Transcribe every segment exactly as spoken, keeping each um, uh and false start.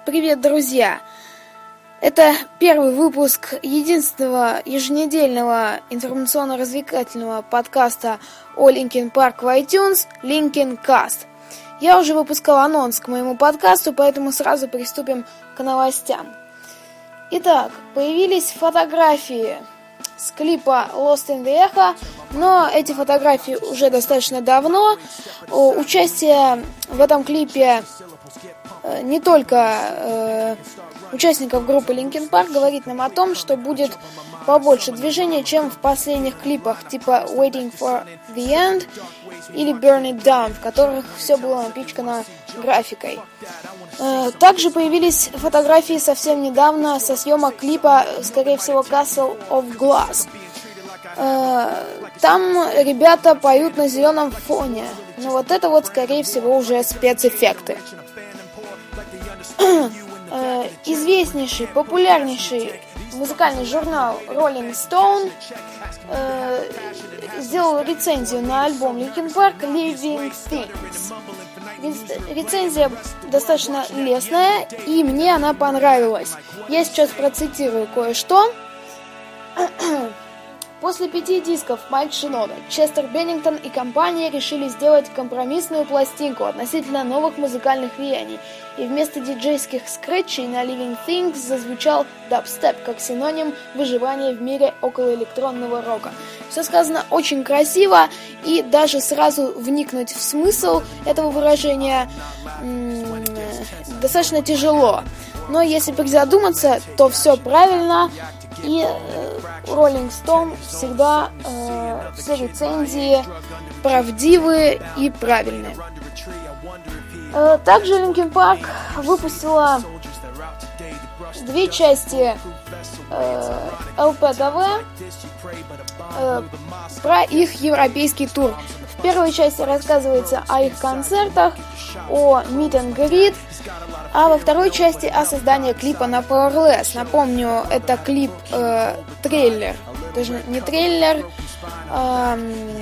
Привет, друзья! Это первый выпуск единственного еженедельного информационно-развлекательного подкаста о Linkin Park в iTunes Linkin Cast. Я уже выпускал анонс к моему подкасту, поэтому сразу приступим к новостям. Итак, появились фотографии с клипа Lost in the Echo, но эти фотографии уже достаточно давно. Участие в этом клипе не только э, участников группы Linkin Park говорит нам о том, что будет побольше движения, чем в последних клипах типа Waiting for the End или Burn It Down, в которых все было напичкано графикой. Э, также появились фотографии совсем недавно со съемок клипа, скорее всего, Castle of Glass. Э, там ребята поют на зеленом фоне, но вот это вот, скорее всего, уже спецэффекты. Известнейший, популярнейший музыкальный журнал Rolling Stone э, сделал рецензию на альбом Linkin Park Living Things. Рецензия достаточно лестная, и мне она понравилась. Я сейчас процитирую кое-что. После пяти дисков Майк Шинода, Честер Беннингтон и компания решили сделать компромиссную пластинку относительно новых музыкальных влияний, и вместо диджейских скретчей на Living Things зазвучал дабстеп как синоним выживания в мире околоэлектронного рока. Все сказано очень красиво, и даже сразу вникнуть в смысл этого выражения м- достаточно тяжело. Но если призадуматься, то все правильно. И э, Rolling Stone всегда э, все рецензии правдивые и правильные. Э, также Linkin Park выпустила две части э, эл пи ти ви э, про их европейский тур. В первой части рассказывается о их концертах, о Meet and Greet, а во второй части о создании клипа на Powerless. Напомню, это клип э, трейлер, даже не трейлер, э,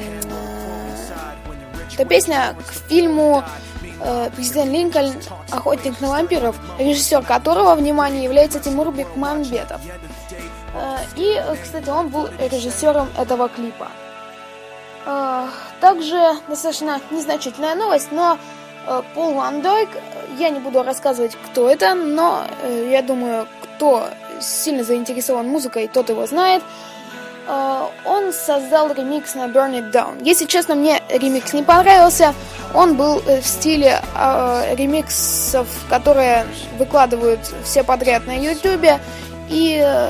это песня к фильму э, «Президент Линкольн. Охотник на вампиров», режиссер которого, внимание, является Тимур Бекмамбетов. Э, и, кстати, он был режиссером этого клипа. Э, также достаточно незначительная новость, но Пол Ван Дойк, я не буду рассказывать, кто это, но э, я думаю, кто сильно заинтересован музыкой, тот его знает. Э, он создал ремикс на Burn It Down. Если честно, мне ремикс не понравился. Он был в стиле э, ремиксов, которые выкладывают все подряд на ютубе. И э,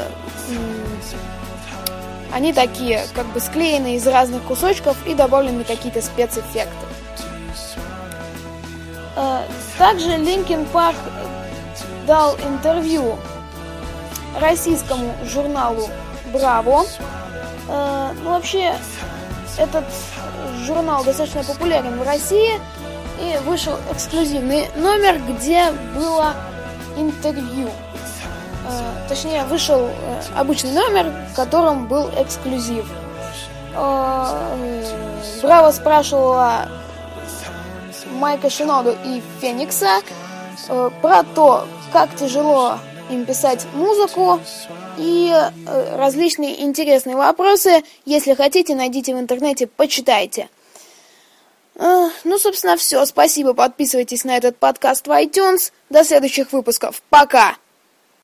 они такие, как бы склеены из разных кусочков и добавлены какие-то спецэффекты. Также Linkin Park дал интервью российскому журналу «Браво». Ну, вообще, этот журнал достаточно популярен в России, и вышел эксклюзивный номер, где было интервью. Точнее, вышел обычный номер, в котором был эксклюзив. «Браво» спрашивала Майка Шиноду и Феникса э, про то, как тяжело им писать музыку и э, различные интересные вопросы. Если хотите, найдите в интернете, почитайте. Э, ну, собственно, все. Спасибо. Подписывайтесь на этот подкаст в iTunes. До следующих выпусков. Пока!